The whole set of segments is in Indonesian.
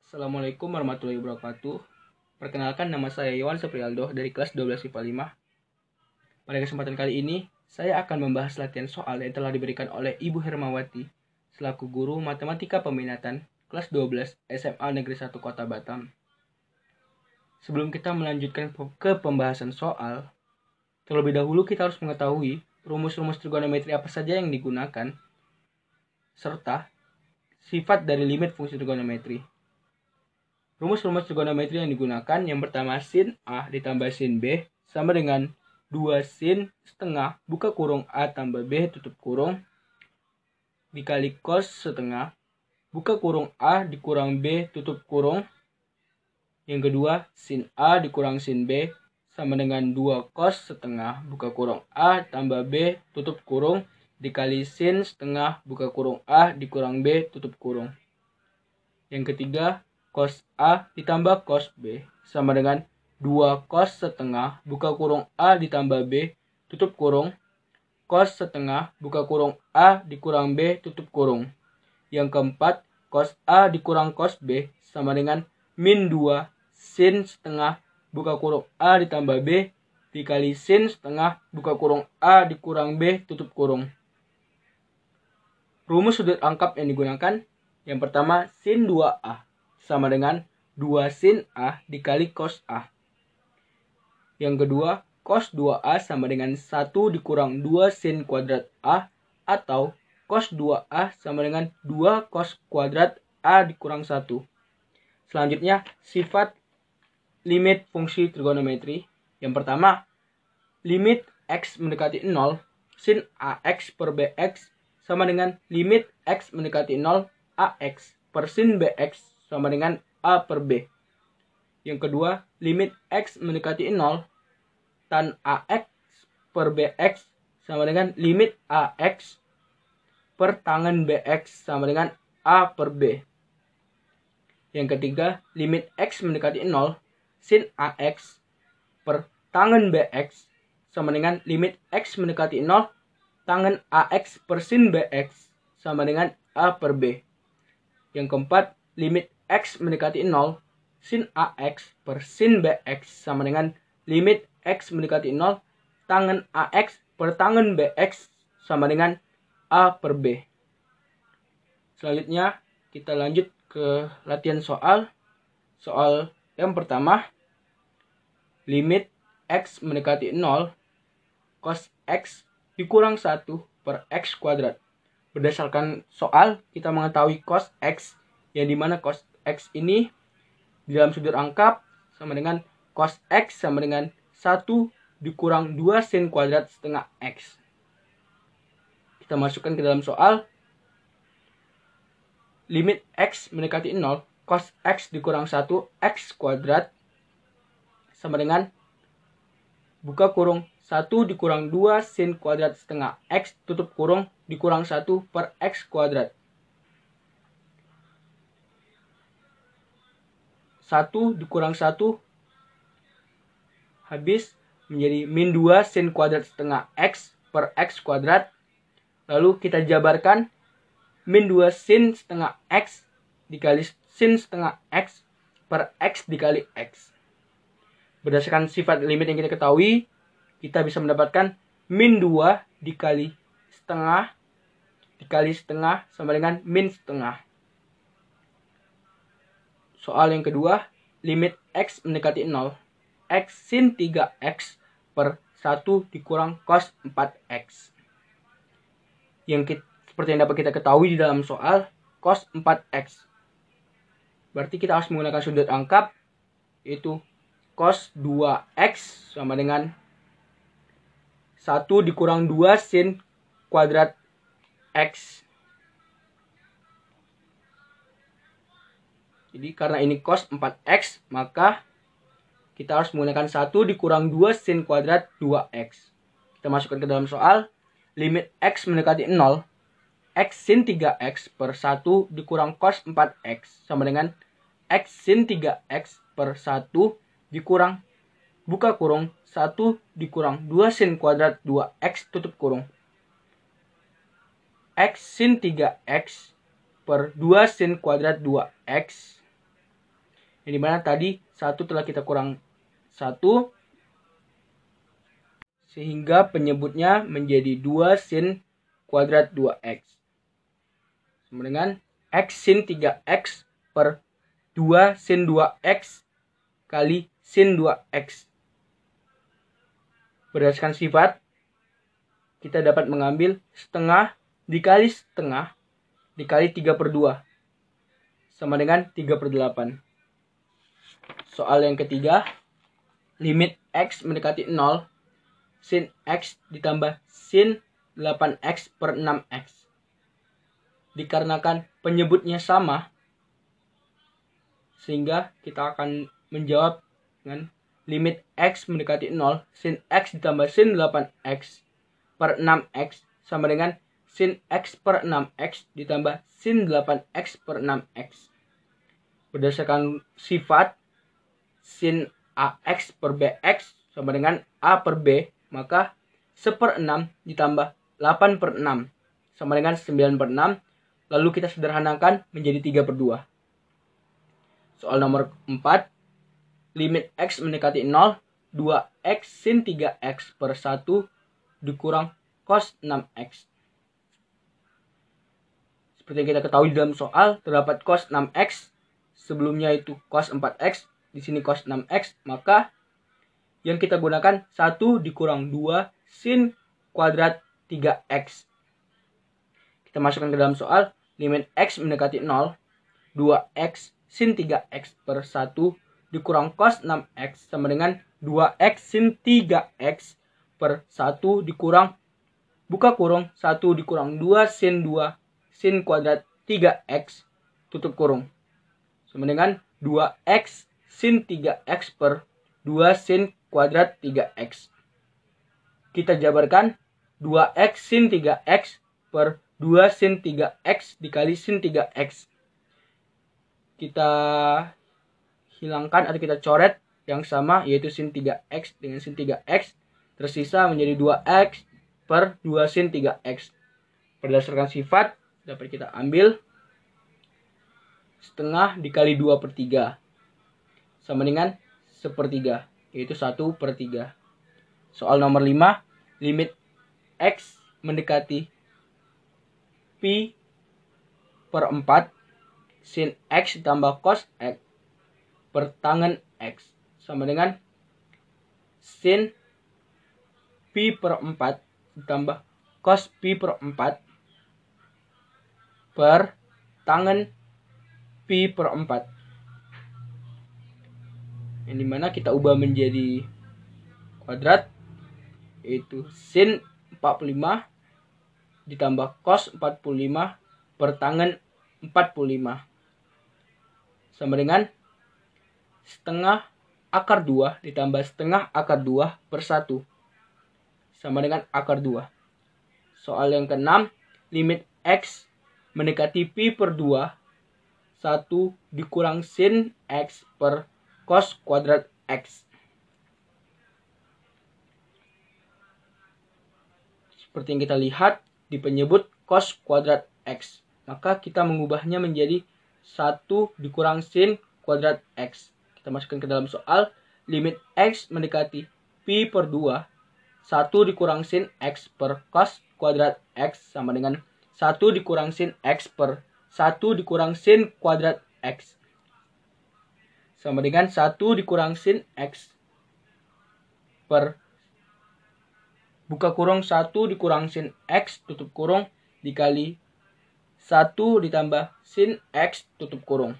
Assalamualaikum warahmatullahi wabarakatuh. Perkenalkan, nama saya Yohan Seprialdo dari kelas 12 IPA 5. Pada kesempatan kali ini, saya akan membahas latihan soal yang telah diberikan oleh Ibu Hermawati selaku guru Matematika Peminatan kelas 12 SMA Negeri 1 Kota Batam. Sebelum kita melanjutkan ke pembahasan soal, terlebih dahulu kita harus mengetahui rumus-rumus trigonometri apa saja yang digunakan serta sifat dari limit fungsi trigonometri. Rumus-rumus trigonometri yang digunakan, yang pertama sin A ditambah sin B sama dengan 2 sin setengah buka kurung A tambah B tutup kurung dikali cos setengah buka kurung A dikurang B tutup kurung. Yang kedua, sin A dikurang sin B sama dengan 2 cos setengah buka kurung A tambah B tutup kurung dikali sin setengah buka kurung A dikurang B tutup kurung. Yang ketiga, cos A ditambah cos B sama dengan 2 cos setengah buka kurung A ditambah B tutup kurung cos setengah buka kurung A dikurang B tutup kurung. Yang keempat, cos A dikurang cos B sama dengan min 2 sin setengah buka kurung A ditambah B dikali sin setengah buka kurung A dikurang B tutup kurung. Rumus sudut angkap yang digunakan, yang pertama sin 2A sama dengan 2 sin A dikali cos A. Yang kedua, cos 2A sama dengan 1 dikurang 2 sin kuadrat A atau cos 2A sama dengan 2 cos kuadrat A dikurang 1. Selanjutnya, sifat limit fungsi trigonometri. Yang pertama, limit X mendekati 0 sin AX per BX sama dengan limit X mendekati 0 AX per sin BX sama dengan A per B. Yang kedua, limit X mendekati 0 tan AX per BX sama dengan limit AX per tangen BX sama dengan A per B. Yang ketiga, limit X mendekati 0 sin AX per tangen BX sama dengan limit X mendekati 0 tangen AX per sin BX sama dengan A per B. Yang keempat, limit X mendekati 0 sin AX per sin BX sama dengan limit X mendekati 0 tangen AX per tangen BX sama dengan A per B. Selanjutnya kita lanjut ke latihan soal. Soal yang pertama, limit X mendekati 0 cos X dikurang 1 per X kuadrat. Berdasarkan soal, kita mengetahui cos X, yang dimana cos X ini di dalam sudut angkap sama dengan cos X sama dengan 1 dikurang 2 sin kuadrat setengah X. Kita masukkan ke dalam soal. Limit X mendekati 0, cos X dikurang 1 X kuadrat sama dengan buka kurung 1 dikurang 2 sin kuadrat setengah X tutup kurung dikurang 1 per X kuadrat. 1 dikurang 1 habis menjadi min 2 sin kuadrat setengah X per X kuadrat. Lalu kita jabarkan min 2 sin setengah X dikali sin setengah X per X dikali X. Berdasarkan sifat limit yang kita ketahui, kita bisa mendapatkan min 2 dikali setengah sama dengan min setengah. Soal yang kedua, limit X mendekati 0, X sin 3X per 1 dikurang cos 4X. Seperti yang dapat kita ketahui di dalam soal, cos 4X. Berarti kita harus menggunakan sudut angkap, yaitu cos 2X sama dengan 1 dikurang 2 sin kuadrat X. Jadi karena ini cos 4X, maka kita harus menggunakan 1 dikurang 2 sin kuadrat 2X. Kita masukkan ke dalam soal. Limit X mendekati 0, X sin 3X per 1 dikurang cos 4X sama dengan X sin 3X per 1 dikurang buka kurung 1 dikurang 2 sin kuadrat 2X tutup kurung. X sin 3X per 2 sin kuadrat 2X Yang dimana tadi 1 telah kita kurang 1, sehingga penyebutnya menjadi 2 sin kuadrat 2x. Sama dengan x sin 3x per 2 sin 2x kali sin 2x. Berdasarkan sifat, kita dapat mengambil setengah dikali setengah dikali 3/2 sama dengan 3/8. Soal yang ketiga, limit x mendekati 0, sin x ditambah sin 8x per 6x. Dikarenakan penyebutnya sama, sehingga kita akan menjawab dengan limit x mendekati 0, sin x ditambah sin 8x per 6x sama dengan sin x per 6x ditambah sin 8x per 6x. Berdasarkan sifat, sin ax per bx sama dengan a per b, maka 1/6 ditambah 8/6 sama dengan 9/6. Lalu kita sederhanakan menjadi 3/2. Soal nomor 4, limit x mendekati 0, 2x sin 3x per 1 dikurang cos 6x. Seperti yang kita ketahui dalam soal, terdapat cos 6x, sebelumnya itu cos 4x, di sini cos 6x, maka yang kita gunakan 1 dikurang 2 sin kuadrat 3x. Kita masukkan ke dalam soal, limit x mendekati 0, 2x sin 3x per 1 dikurang cos 6x sama dengan 2x sin 3x per 1 dikurang, buka kurung, 1 dikurang 2 sin 2 sin kuadrat 3x, tutup kurung. Sama dengan 2x sin 3x per 2 sin kuadrat 3x. Kita jabarkan 2x sin 3x per 2 sin 3x dikali sin 3x. Kita hilangkan atau kita coret yang sama, yaitu sin 3x dengan sin 3x. Tersisa menjadi 2x per 2 sin 3x. Berdasarkan sifat, dapat kita ambil setengah dikali 2/3 sama dengan 1/3, yaitu 1/3. Soal nomor 5, limit x mendekati pi per 4 sin x ditambah cos x per tangen x sama dengan sin pi per 4 ditambah cos pi per 4 per tangen pi per 4. Yang dimana kita ubah menjadi kuadrat, yaitu sin 45 ditambah cos 45 per tangen 45 sama dengan setengah akar 2 ditambah setengah akar 2 per 1 sama dengan akar 2. Soal yang ke-6, limit x mendekati pi per 2, 1 dikurang sin x per cos kuadrat x. Seperti yang kita lihat di penyebut cos kuadrat x, maka kita mengubahnya menjadi 1 dikurang sin kuadrat x. Kita masukkan ke dalam soal, limit x mendekati pi per 2, 1 dikurang sin x per cos kuadrat x sama dengan 1 dikurang sin x per 1 dikurang sin kuadrat x sama dengan 1 dikurang sin x per, buka kurung, 1 dikurang sin x, tutup kurung, dikali 1 ditambah sin x, tutup kurung.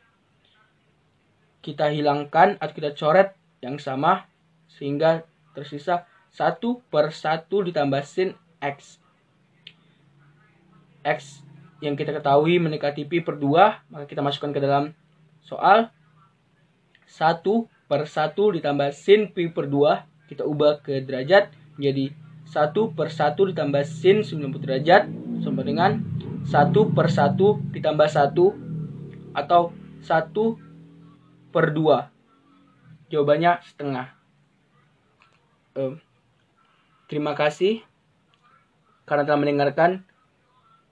Kita hilangkan atau kita coret yang sama, sehingga tersisa 1 per 1 ditambah sin x. X yang kita ketahui mendekati pi per 2, maka kita masukkan ke dalam soal. 1 per 1 ditambah sin pi per 2, kita ubah ke derajat menjadi 1 per 1 ditambah sin 90 derajat sama dengan 1 per 1 ditambah 1 atau 1 per 2. Jawabannya setengah. Terima kasih karena telah mendengarkan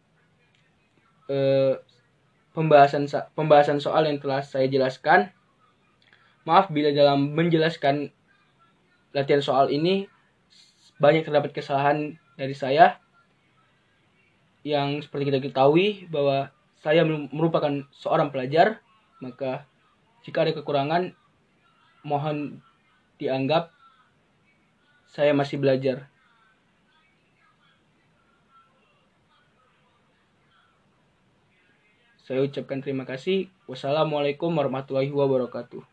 pembahasan soal yang telah saya jelaskan. Maaf bila dalam menjelaskan latihan soal ini banyak terdapat kesalahan dari saya, yang seperti kita ketahui bahwa saya merupakan seorang pelajar, maka jika ada kekurangan mohon dianggap saya masih belajar. Saya ucapkan terima kasih. Wassalamualaikum warahmatullahi wabarakatuh.